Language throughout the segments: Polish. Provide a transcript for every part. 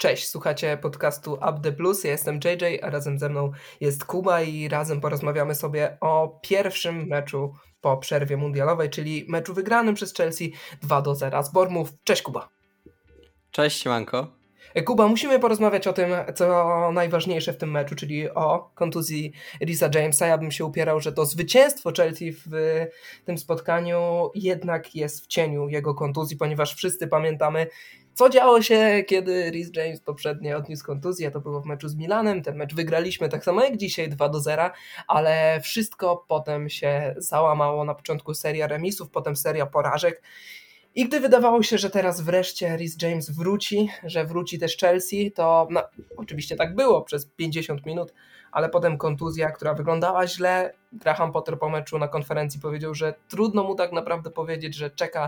Cześć, słuchacie podcastu Up The Plus, ja jestem JJ, a razem ze mną jest Kuba i razem porozmawiamy sobie o pierwszym meczu po przerwie mundialowej, czyli meczu wygranym przez Chelsea 2-0 z Bournemouth. Cześć Kuba. Cześć, siemanko. Kuba, musimy porozmawiać o tym, co najważniejsze w tym meczu, czyli o kontuzji Reesa Jamesa. Ja bym się upierał, że to zwycięstwo Chelsea w tym spotkaniu jednak jest w cieniu jego kontuzji, ponieważ wszyscy pamiętamy, co działo się, kiedy Rees James poprzednio odniósł kontuzję. To było w meczu z Milanem, ten mecz wygraliśmy tak samo jak dzisiaj 2-0, ale wszystko potem się załamało. Na początku seria remisów, potem seria porażek. I gdy wydawało się, że teraz wreszcie Rees James wróci, że wróci też Chelsea, to oczywiście tak było przez 50 minut, ale potem kontuzja, która wyglądała źle. Graham Potter po meczu na konferencji powiedział, że trudno mu tak naprawdę powiedzieć, że czeka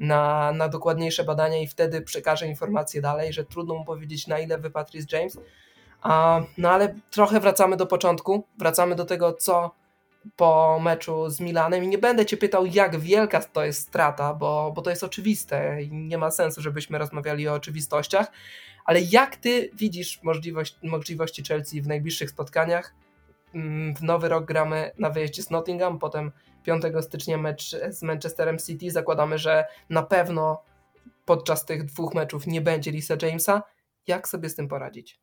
na dokładniejsze badania i wtedy przekaże informacje dalej, że trudno mu powiedzieć, na ile wypadł Rees James. No ale trochę wracamy do początku, wracamy do tego, co po meczu z Milanem i nie będę Cię pytał, jak wielka to jest strata, bo to jest oczywiste i nie ma sensu, żebyśmy rozmawiali o oczywistościach, ale jak Ty widzisz możliwości Chelsea w najbliższych spotkaniach? W nowy rok gramy na wyjeździe z Nottingham, potem 5 stycznia mecz z Manchesterem City. Zakładamy, że na pewno podczas tych dwóch meczów nie będzie Reesa Jamesa. Jak sobie z tym poradzić?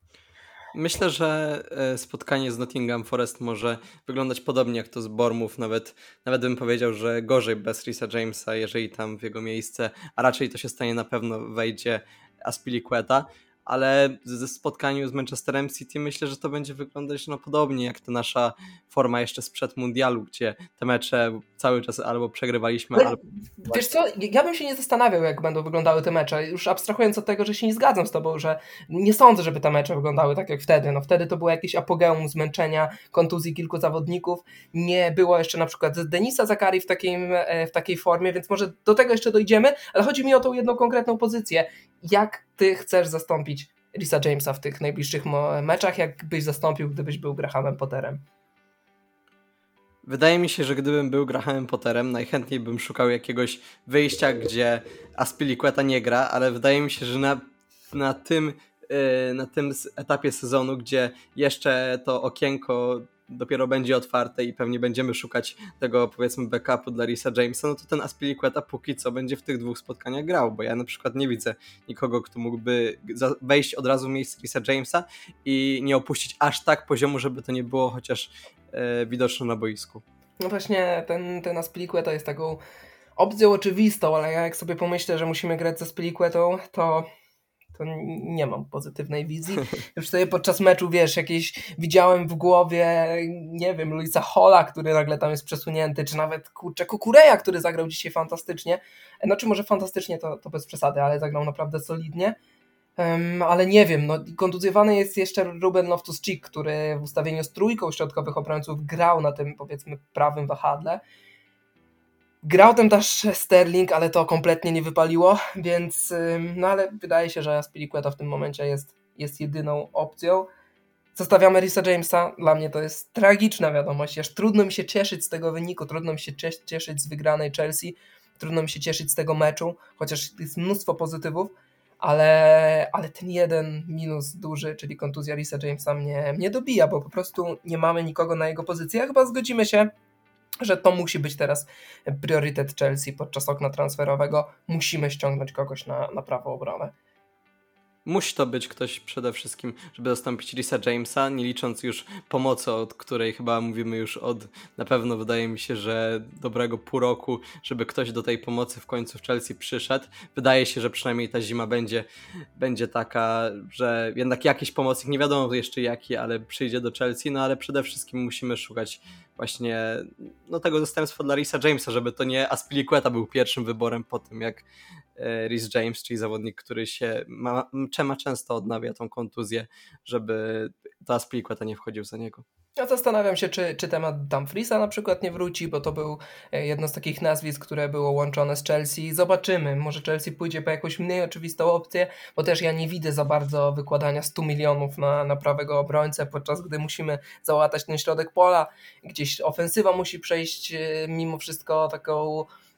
Myślę, że spotkanie z Nottingham Forest może wyglądać podobnie jak to z Bournemouth. Nawet bym powiedział, że gorzej bez Reesa Jamesa, jeżeli tam w jego miejsce, a raczej to się stanie na pewno, wejdzie Azpilicueta. Ale ze spotkaniu z Manchesterem City myślę, że to będzie wyglądać podobnie jak ta nasza forma jeszcze sprzed mundialu, gdzie te mecze cały czas albo przegrywaliśmy, albo... Wiesz co, ja bym się nie zastanawiał, jak będą wyglądały te mecze, już abstrahując od tego, że się nie zgadzam z tobą, że nie sądzę, żeby te mecze wyglądały tak jak wtedy. No wtedy to było jakieś apogeum zmęczenia, kontuzji kilku zawodników, nie było jeszcze na przykład Denisa Zakari w takiej formie, więc może do tego jeszcze dojdziemy, ale chodzi mi o tą jedną konkretną pozycję. Jak ty chcesz zastąpić Reesa Jamesa w tych najbliższych meczach, jak byś zastąpił, gdybyś był Grahamem Potterem? Wydaje mi się, że gdybym był Grahamem Potterem, najchętniej bym szukał jakiegoś wyjścia, gdzie Azpilicueta nie gra, ale wydaje mi się, że na tym etapie sezonu, gdzie jeszcze to okienko dopiero będzie otwarte i pewnie będziemy szukać tego, powiedzmy, backupu dla Reesa Jamesa, no to ten Azpilicueta póki co będzie w tych dwóch spotkaniach grał, bo ja na przykład nie widzę nikogo, kto mógłby wejść od razu w miejsce Reesa Jamesa i nie opuścić aż tak poziomu, żeby to nie było chociaż widoczne na boisku. No właśnie, ten Azpilicueta jest taką opcją oczywistą, ale ja jak sobie pomyślę, że musimy grać z Azpilicuetą, to nie mam pozytywnej wizji. Już sobie podczas meczu, jakieś widziałem w głowie, nie wiem, Luisa Halla, który nagle tam jest przesunięty, czy nawet Kukureya, który zagrał dzisiaj fantastycznie. Czy może fantastycznie to bez przesady, ale zagrał naprawdę solidnie. Ale nie wiem, kontuzjowany jest jeszcze Ruben Loftus-Cheek, który w ustawieniu z trójką środkowych obrońców grał na tym, powiedzmy, prawym wahadle. Grał tam też Sterling, ale to kompletnie nie wypaliło, więc ale wydaje się, że Azpilicueta w tym momencie jest jedyną opcją. Zostawiamy Reesa Jamesa, dla mnie to jest tragiczna wiadomość, aż trudno mi się cieszyć z tego wyniku, trudno mi się cieszyć z wygranej Chelsea, trudno mi się cieszyć z tego meczu, chociaż jest mnóstwo pozytywów, ale ten jeden minus duży, czyli kontuzja Reesa Jamesa mnie dobija, bo po prostu nie mamy nikogo na jego pozycji, a chyba zgodzimy się, że to musi być teraz priorytet Chelsea podczas okna transferowego. Musimy ściągnąć kogoś na prawą obronę. Musi to być ktoś przede wszystkim, żeby zastąpić Reesa Jamesa, nie licząc już pomocy, od której chyba mówimy już na pewno wydaje mi się, że dobrego pół roku, żeby ktoś do tej pomocy w końcu w Chelsea przyszedł. Wydaje się, że przynajmniej ta zima będzie taka, że jednak jakiś pomocnik, nie wiadomo jeszcze jaki, ale przyjdzie do Chelsea, ale przede wszystkim musimy szukać właśnie tego zastępstwa dla Reesa Jamesa, żeby to nie Azpilicueta był pierwszym wyborem po tym, jak Rees James, czyli zawodnik, który się często odnawia tą kontuzję, żeby ta Azpilicueta nie wchodził za niego. Ja zastanawiam się, czy temat Dumfriesa na przykład nie wróci, bo to był jedno z takich nazwisk, które było łączone z Chelsea. Zobaczymy, może Chelsea pójdzie po jakąś mniej oczywistą opcję, bo też ja nie widzę za bardzo wykładania 100 milionów na prawego obrońcę, podczas gdy musimy załatać ten środek pola, gdzieś ofensywa musi przejść mimo wszystko taką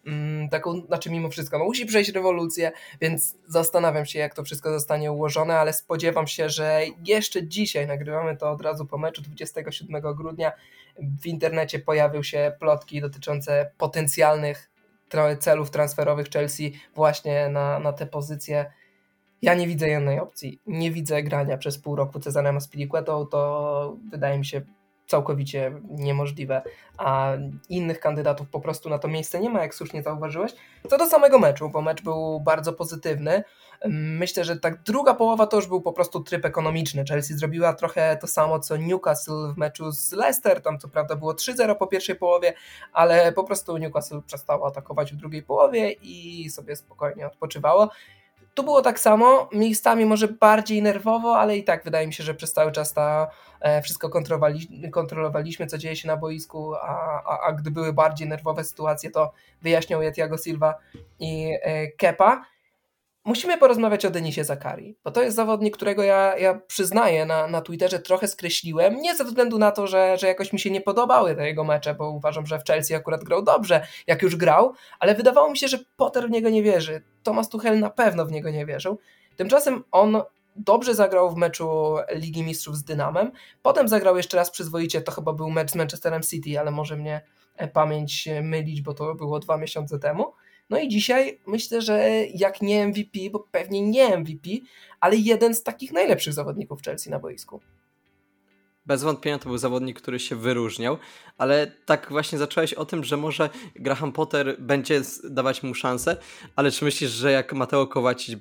taką, znaczy mimo wszystko, no musi przejść rewolucję, więc zastanawiam się, jak to wszystko zostanie ułożone, ale spodziewam się, że jeszcze dzisiaj, nagrywamy to od razu po meczu 27 grudnia, w internecie pojawią się plotki dotyczące potencjalnych celów transferowych Chelsea właśnie na te pozycje. Ja nie widzę jednej opcji. Nie widzę grania przez pół roku Cezarem Azpilicuetą, to wydaje mi się całkowicie niemożliwe, a innych kandydatów po prostu na to miejsce nie ma, jak słusznie zauważyłeś. Co do samego meczu, bo mecz był bardzo pozytywny. Myślę, że tak druga połowa to już był po prostu tryb ekonomiczny. Chelsea zrobiła trochę to samo, co Newcastle w meczu z Leicester. Tam co prawda było 3-0 po pierwszej połowie, ale po prostu Newcastle przestało atakować w drugiej połowie i sobie spokojnie odpoczywało. Tu było tak samo, miejscami może bardziej nerwowo, ale i tak wydaje mi się, że przez cały czas wszystko kontrolowaliśmy, co dzieje się na boisku, a gdy były bardziej nerwowe sytuacje, to wyjaśniał je Thiago Silva i Kepa. Musimy porozmawiać o Denisie Zakarii, bo to jest zawodnik, którego ja przyznaję na Twitterze trochę skreśliłem, nie ze względu na to, że jakoś mi się nie podobały te jego mecze, bo uważam, że w Chelsea akurat grał dobrze, jak już grał, ale wydawało mi się, że Potter w niego nie wierzy. Thomas Tuchel na pewno w niego nie wierzył. Tymczasem on dobrze zagrał w meczu Ligi Mistrzów z Dynamem, potem zagrał jeszcze raz przyzwoicie, to chyba był mecz z Manchesterem City, ale może mnie pamięć mylić, bo to było 2 miesiące temu. No i dzisiaj myślę, że jak nie MVP, bo pewnie nie MVP, ale jeden z takich najlepszych zawodników Chelsea na boisku. Bez wątpienia to był zawodnik, który się wyróżniał, ale tak właśnie zacząłeś o tym, że może Graham Potter będzie dawać mu szansę, ale czy myślisz, że jak Mateo Kovacic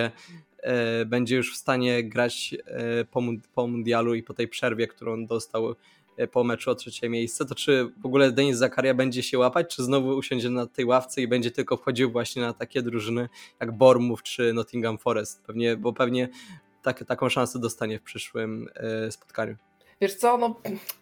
będzie już w stanie grać po mundialu i po tej przerwie, którą dostał po meczu o trzecie miejsce, to czy w ogóle Denis Zakaria będzie się łapać, czy znowu usiądzie na tej ławce i będzie tylko wchodził właśnie na takie drużyny jak Bournemouth czy Nottingham Forest? Bo pewnie taką szansę dostanie w przyszłym spotkaniu. Wiesz co, no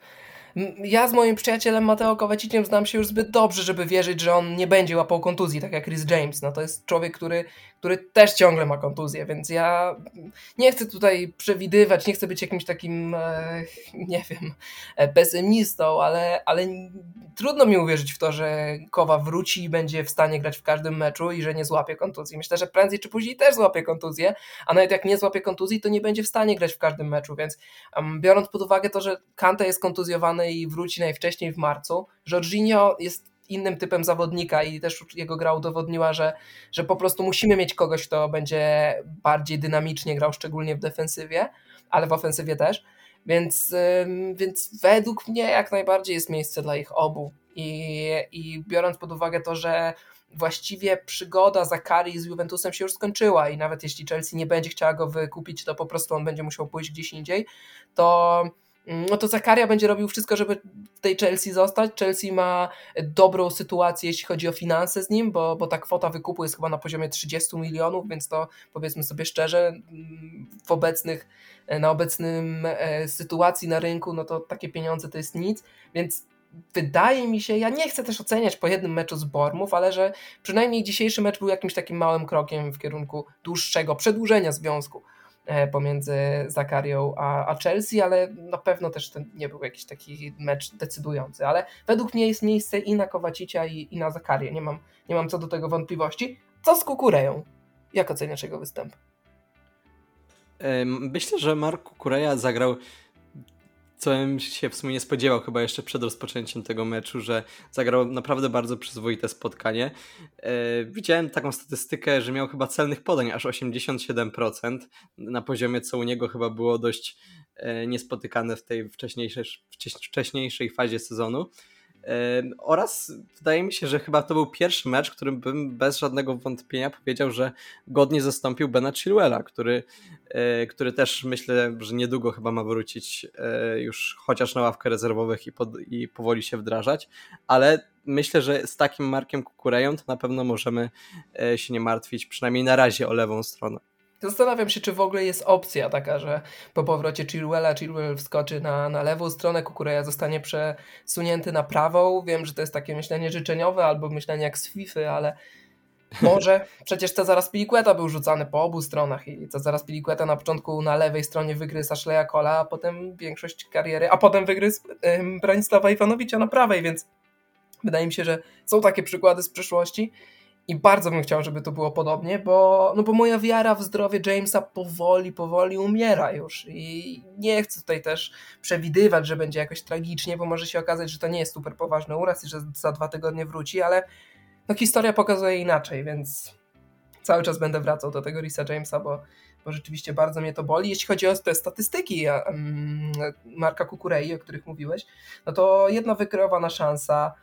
ja z moim przyjacielem Mateo Kovaciciem znam się już zbyt dobrze, żeby wierzyć, że on nie będzie łapał kontuzji, tak jak Reece James. No to jest człowiek, który też ciągle ma kontuzję, więc ja nie chcę tutaj przewidywać, nie chcę być jakimś takim, nie wiem, pesymistą, ale trudno mi uwierzyć w to, że Kowa wróci i będzie w stanie grać w każdym meczu i że nie złapie kontuzji. Myślę, że prędzej czy później też złapie kontuzję, a nawet jak nie złapie kontuzji, to nie będzie w stanie grać w każdym meczu, więc biorąc pod uwagę to, że Kante jest kontuzjowany i wróci najwcześniej w marcu, Jorginho jest innym typem zawodnika i też jego gra udowodniła, że po prostu musimy mieć kogoś, kto będzie bardziej dynamicznie grał, szczególnie w defensywie, ale w ofensywie też, więc według mnie jak najbardziej jest miejsce dla ich obu i biorąc pod uwagę to, że właściwie przygoda Zakarii z Juventusem się już skończyła i nawet jeśli Chelsea nie będzie chciała go wykupić, to po prostu on będzie musiał pójść gdzieś indziej, to Zakaria będzie robił wszystko, żeby w tej Chelsea zostać. Chelsea ma dobrą sytuację, jeśli chodzi o finanse z nim, bo ta kwota wykupu jest chyba na poziomie 30 milionów, więc to powiedzmy sobie szczerze, na obecnym sytuacji na rynku, no to takie pieniądze to jest nic, więc wydaje mi się, ja nie chcę też oceniać po jednym meczu z Bournemouth, ale że przynajmniej dzisiejszy mecz był jakimś takim małym krokiem w kierunku dłuższego przedłużenia związku pomiędzy Zakarią a Chelsea, ale na pewno też to nie był jakiś taki mecz decydujący, ale według mnie jest miejsce i na Kovacicia i na Zakarię, nie mam co do tego wątpliwości. Co z Kukureją? Jak oceniasz jego występ? Myślę, że Marc Cucurella zagrał, co bym się w sumie nie spodziewał chyba jeszcze przed rozpoczęciem tego meczu, że zagrał naprawdę bardzo przyzwoite spotkanie. Widziałem taką statystykę, że miał chyba celnych podań aż 87% na poziomie, co u niego chyba było dość niespotykane w tej wcześniejszej fazie sezonu. Oraz wydaje mi się, że chyba to był pierwszy mecz, którym bym bez żadnego wątpienia powiedział, że godnie zastąpił Bena Chilwella, który też myślę, że niedługo chyba ma wrócić już chociaż na ławkę rezerwowych i powoli się wdrażać, ale myślę, że z takim Markiem Cucureją to na pewno możemy się nie martwić, przynajmniej na razie, o lewą stronę. Zastanawiam się, czy w ogóle jest opcja taka, że po powrocie Chilwell wskoczy na lewą stronę, Cucurella zostanie przesunięty na prawą. Wiem, że to jest takie myślenie życzeniowe albo myślenie jak z FIFA, ale może. Przecież Cezar Azpilicueta był rzucany po obu stronach i Cezar Azpilicueta na początku na lewej stronie wygryzł Ashleya Cole'a, a potem większość kariery, a potem wygryzł Bronisława Iwanowicza na prawej, więc Wydaje mi się, że są takie przykłady z przeszłości i bardzo bym chciał, żeby to było podobnie, bo moja wiara w zdrowie Jamesa powoli umiera już i nie chcę tutaj też przewidywać, że będzie jakoś tragicznie, bo może się okazać, że to nie jest super poważny uraz i że za 2 tygodnie wróci, ale historia pokazuje inaczej, więc cały czas będę wracał do tego Rhys'a Jamesa, bo rzeczywiście bardzo mnie to boli. Jeśli chodzi o te statystyki Marka Kukurei, o których mówiłeś, no to 1 wykreowana szansa,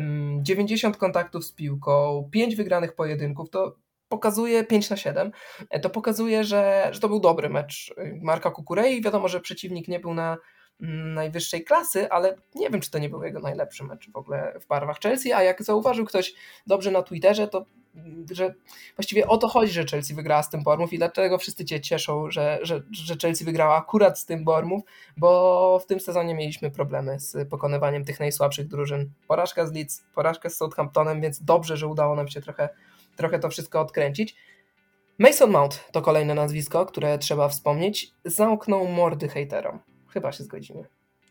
90 kontaktów z piłką, 5 wygranych pojedynków, to pokazuje 5/7. To pokazuje, że to był dobry mecz Marka Kukurei. Wiadomo, że przeciwnik nie był na najwyższej klasy, ale nie wiem, czy to nie był jego najlepszy mecz w ogóle w barwach Chelsea, a jak zauważył ktoś dobrze na Twitterze, to że właściwie o to chodzi, że Chelsea wygrała z tym Bournemouth i dlatego wszyscy cię cieszą, że Chelsea wygrała akurat z tym Bournemouth, bo w tym sezonie mieliśmy problemy z pokonywaniem tych najsłabszych drużyn. Porażka z Leeds, porażka z Southamptonem, więc dobrze, że udało nam się trochę to wszystko odkręcić. Mason Mount to kolejne nazwisko, które trzeba wspomnieć. Zamknął mordy hejterom. Chyba się zgodzimy.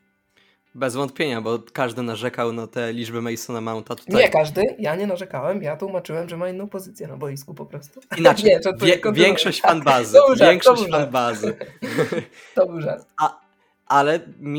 Bez wątpienia, bo każdy narzekał na te liczby Masona Mounta tutaj. Nie każdy, ja nie narzekałem, ja tłumaczyłem, że ma inną pozycję na boisku po prostu. Inaczej, większość fanbazy. Większość fanbazy. To był żart. Ale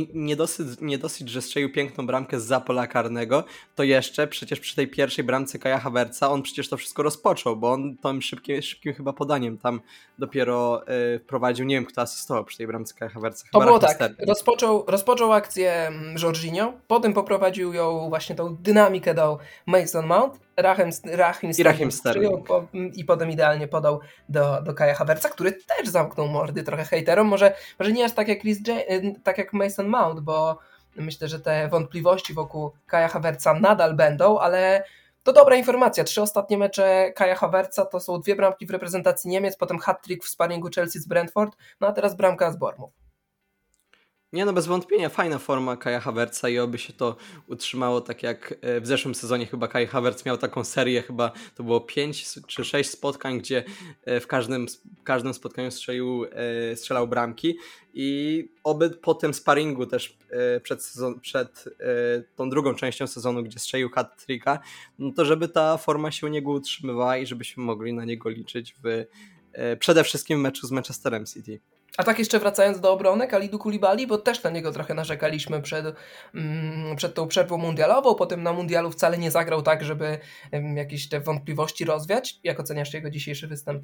nie dosyć, że strzelił piękną bramkę zza pola karnego, to jeszcze przecież przy tej pierwszej bramce Kaja Havertza on przecież to wszystko rozpoczął, bo on tym szybkim chyba podaniem tam dopiero wprowadził, nie wiem kto asystował przy tej bramce Kaja Havertza. To było tak, rozpoczął akcję Jorginho, potem poprowadził ją, właśnie tą dynamikę dał Mason Mount, Raheem Sterling i potem idealnie podał do Kaja Havertza, który też zamknął mordy trochę hejterom, może nie aż tak jak Mason Mount, bo myślę, że te wątpliwości wokół Kaja Havertza nadal będą, ale to dobra informacja. 3 ostatnie mecze Kaja Havertza to są 2 bramki w reprezentacji Niemiec, potem hat-trick w sparingu Chelsea z Brentford, no a teraz bramka z Bournemouth. Nie, no bez wątpienia fajna forma Kaja Havertza i oby się to utrzymało tak jak w zeszłym sezonie chyba Kai Havertz miał taką serię, chyba to było 5 czy 6 spotkań, gdzie w każdym spotkaniu strzelał bramki i oby po tym sparingu też przed tą drugą częścią sezonu, gdzie strzelił hat-tricka, no to żeby ta forma się u niego utrzymywała i żebyśmy mogli na niego liczyć przede wszystkim w meczu z Manchesterem City. A tak jeszcze wracając do obrony Kalidou Koulibaly, bo też na niego trochę narzekaliśmy przed tą przerwą mundialową, potem na mundialu wcale nie zagrał tak, żeby jakieś te wątpliwości rozwiać. Jak oceniasz jego dzisiejszy występ?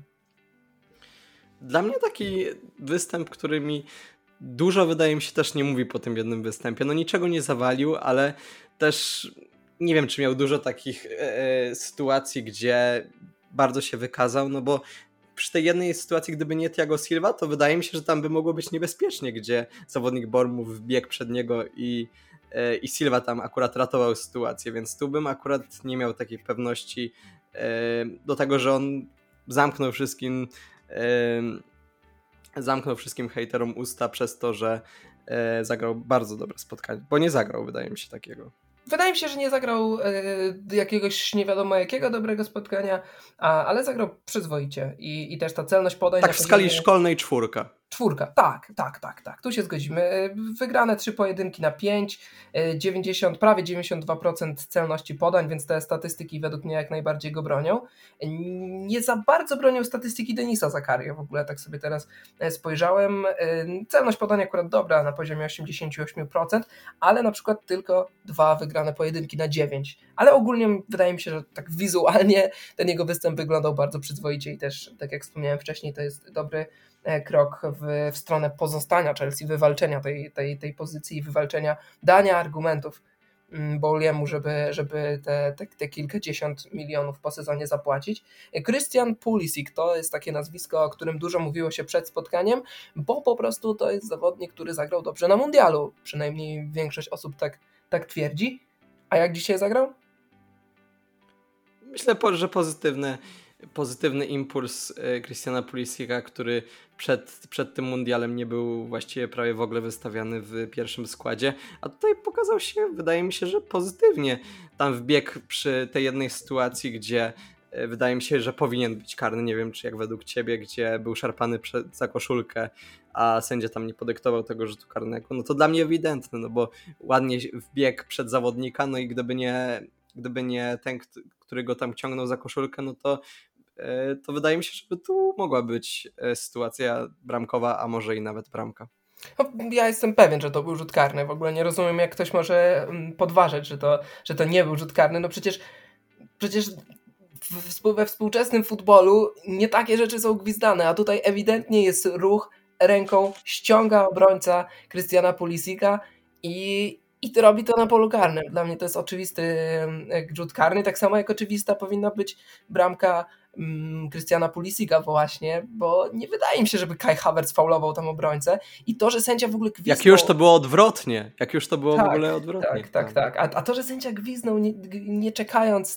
Dla mnie taki występ, który mi dużo wydaje mi się też nie mówi po tym jednym występie. No niczego nie zawalił, ale też nie wiem, czy miał dużo takich sytuacji, gdzie bardzo się wykazał, no bo przy tej jednej sytuacji, gdyby nie Thiago Silva, to wydaje mi się, że tam by mogło być niebezpiecznie, gdzie zawodnik Bournemouth wbiegł przed niego i Silva tam akurat ratował sytuację, więc tu bym akurat nie miał takiej pewności do tego, że on zamknął wszystkim hejterom usta przez to, że zagrał bardzo dobre spotkanie, bo nie zagrał, wydaje mi się, takiego. Wydaje mi się, że nie zagrał jakiegoś nie wiadomo jakiego dobrego spotkania, ale zagrał przyzwoicie i też ta celność podań... Tak w skali szkolnej 4. 4, tak. Tu się zgodzimy. Wygrane 3 pojedynki na 5, prawie 92% celności podań, więc te statystyki według mnie jak najbardziej go bronią. Nie za bardzo bronią statystyki Denisa Zakaria, w ogóle tak sobie teraz spojrzałem. Celność podań akurat dobra, na poziomie 88%, ale na przykład tylko 2 wygrane pojedynki na 9. Ale ogólnie wydaje mi się, że tak wizualnie ten jego występ wyglądał bardzo przyzwoicie i też, tak jak wspomniałem wcześniej, to jest dobry krok w stronę pozostania Chelsea, wywalczenia tej pozycji i wywalczenia dania argumentów Bowley'emu, żeby te kilkadziesiąt milionów po sezonie zapłacić. Christian Pulisic to jest takie nazwisko, o którym dużo mówiło się przed spotkaniem, bo po prostu to jest zawodnik, który zagrał dobrze na mundialu. Przynajmniej większość osób tak twierdzi. A jak dzisiaj zagrał? Myślę, że pozytywny impuls Christiana Pulisica, który przed tym mundialem nie był właściwie prawie w ogóle wystawiany w pierwszym składzie, a tutaj pokazał się, wydaje mi się, że pozytywnie. Tam wbiegł przy tej jednej sytuacji, gdzie wydaje mi się, że powinien być karny, nie wiem czy jak według ciebie, gdzie był szarpany za koszulkę, a sędzia tam nie podyktował tego rzutu karnego, no to dla mnie ewidentne, no bo ładnie wbiegł przed zawodnika, no i gdyby nie gdyby nie ten, który go tam ciągnął za koszulkę, no to wydaje mi się, że tu mogła być sytuacja bramkowa, a może i nawet bramka. No, ja jestem pewien, że to był rzut karny. W ogóle nie rozumiem, jak ktoś może podważyć, że to nie był rzut karny. No przecież we współczesnym futbolu nie takie rzeczy są gwizdane, a tutaj ewidentnie jest ruch ręką, ściąga obrońca Christiana Pulisic'a i robi to na polu karnym. Dla mnie to jest oczywisty rzut karny, tak samo jak oczywista powinna być bramka Christiana Pulisic'a właśnie, bo nie wydaje mi się, żeby Kai Havertz faulował tam obrońcę i to, że sędzia w ogóle gwizdał... Jak już to było odwrotnie, w ogóle odwrotnie. Tak. A to, że sędzia gwizdał nie czekając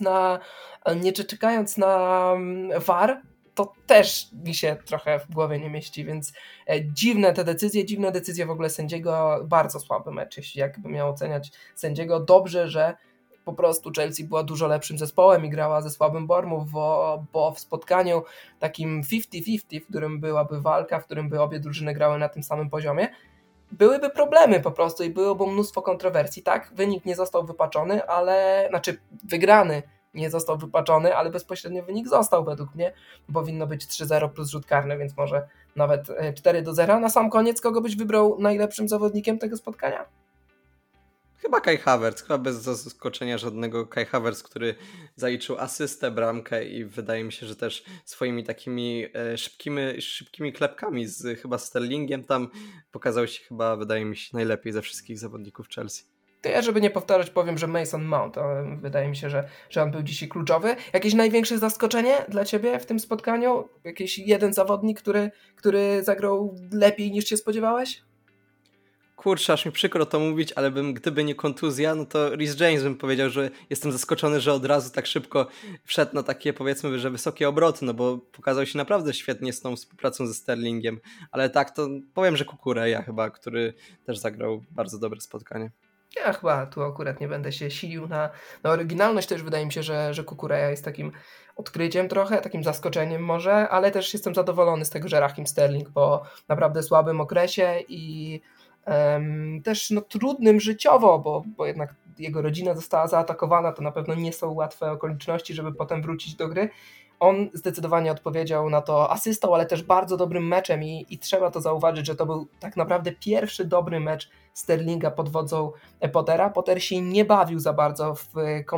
na VAR, to też mi się trochę w głowie nie mieści, więc dziwne decyzje w ogóle sędziego, bardzo słaby mecz, jeśli jakby miał oceniać sędziego. Dobrze, że po prostu Chelsea była dużo lepszym zespołem i grała ze słabym Bournemouth, bo w spotkaniu takim 50-50, w którym byłaby walka, w którym by obie drużyny grały na tym samym poziomie, byłyby problemy po prostu i byłoby mnóstwo kontrowersji. Tak, wynik nie został wypaczony, wygrany nie został wypaczony, ale bezpośrednio wynik został według mnie. Powinno być 3-0 plus rzut karny, więc może nawet 4-0. Na sam koniec, kogo byś wybrał najlepszym zawodnikiem tego spotkania? Chyba Kai Havertz, chyba bez zaskoczenia żadnego. Kai Havertz, który zaliczył asystę, bramkę i wydaje mi się, że też swoimi takimi szybkimi klepkami z chyba Sterlingiem tam pokazał się chyba, wydaje mi się, najlepiej ze wszystkich zawodników Chelsea. To ja, żeby nie powtarzać, powiem, że Mason Mount. Wydaje mi się, że on był dzisiaj kluczowy. Jakieś największe zaskoczenie dla Ciebie w tym spotkaniu? Jakiś jeden zawodnik, który zagrał lepiej niż się spodziewałeś? Kurczę, aż mi przykro to mówić, ale gdyby nie kontuzja, no to Reece James bym powiedział, że jestem zaskoczony, że od razu tak szybko wszedł na takie, powiedzmy, że wysokie obroty, no bo pokazał się naprawdę świetnie z tą współpracą ze Sterlingiem, ale tak to powiem, że Kukureya chyba, który też zagrał bardzo dobre spotkanie. Ja chyba tu akurat nie będę się silił na oryginalność, też wydaje mi się, że Kukureya jest takim odkryciem trochę, takim zaskoczeniem może, ale też jestem zadowolony z tego, że Raheem Sterling po naprawdę słabym okresie i też trudnym życiowo, bo jednak jego rodzina została zaatakowana, to na pewno nie są łatwe okoliczności, żeby potem wrócić do gry. On zdecydowanie odpowiedział na to asystą, ale też bardzo dobrym meczem i trzeba to zauważyć, że to był tak naprawdę pierwszy dobry mecz Sterlinga pod wodzą Pottera. Potter się nie bawił za bardzo w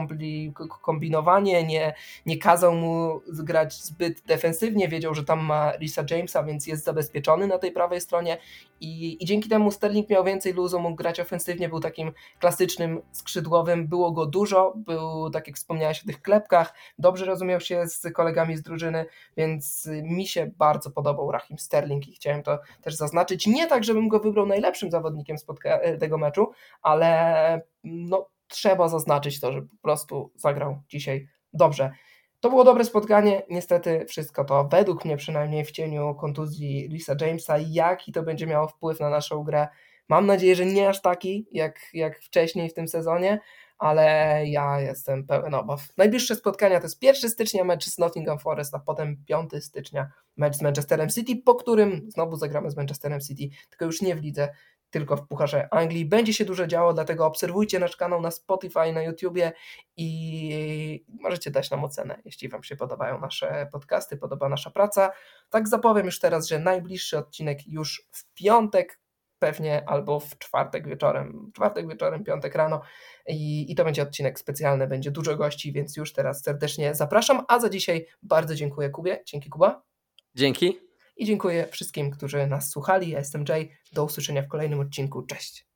kombinowanie, nie kazał mu grać zbyt defensywnie, wiedział, że tam ma Reesa Jamesa, więc jest zabezpieczony na tej prawej stronie i dzięki temu Sterling miał więcej luzu, mógł grać ofensywnie, był takim klasycznym skrzydłowym, było go dużo, był, tak jak wspomniałeś o tych klepkach, dobrze rozumiał się z kolegami z drużyny, więc mi się bardzo podobał Raheem Sterling i chciałem to też zaznaczyć. Nie tak, żebym go wybrał najlepszym zawodnikiem tego meczu, ale trzeba zaznaczyć to, że po prostu zagrał dzisiaj dobrze. To było dobre spotkanie, niestety wszystko to według mnie przynajmniej w cieniu kontuzji Reesa Jamesa, jaki to będzie miało wpływ na naszą grę. Mam nadzieję, że nie aż taki jak wcześniej w tym sezonie, ale ja jestem pełen obaw. Najbliższe spotkania to jest 1 stycznia mecz z Nottingham Forest, a potem 5 stycznia mecz z Manchesterem City, po którym znowu zagramy z Manchesterem City, tylko już nie w lidze, tylko w Pucharze Anglii. Będzie się dużo działo, dlatego obserwujcie nasz kanał na Spotify, na YouTubie i możecie dać nam ocenę, jeśli Wam się podobają nasze podcasty, podoba nasza praca. Tak zapowiem już teraz, że najbliższy odcinek już w piątek, pewnie albo w czwartek wieczorem, piątek rano i to będzie odcinek specjalny, będzie dużo gości, więc już teraz serdecznie zapraszam, a za dzisiaj bardzo dziękuję Kubie. Dzięki Kuba. Dzięki. I dziękuję wszystkim, którzy nas słuchali. Ja jestem Jay. Do usłyszenia w kolejnym odcinku. Cześć.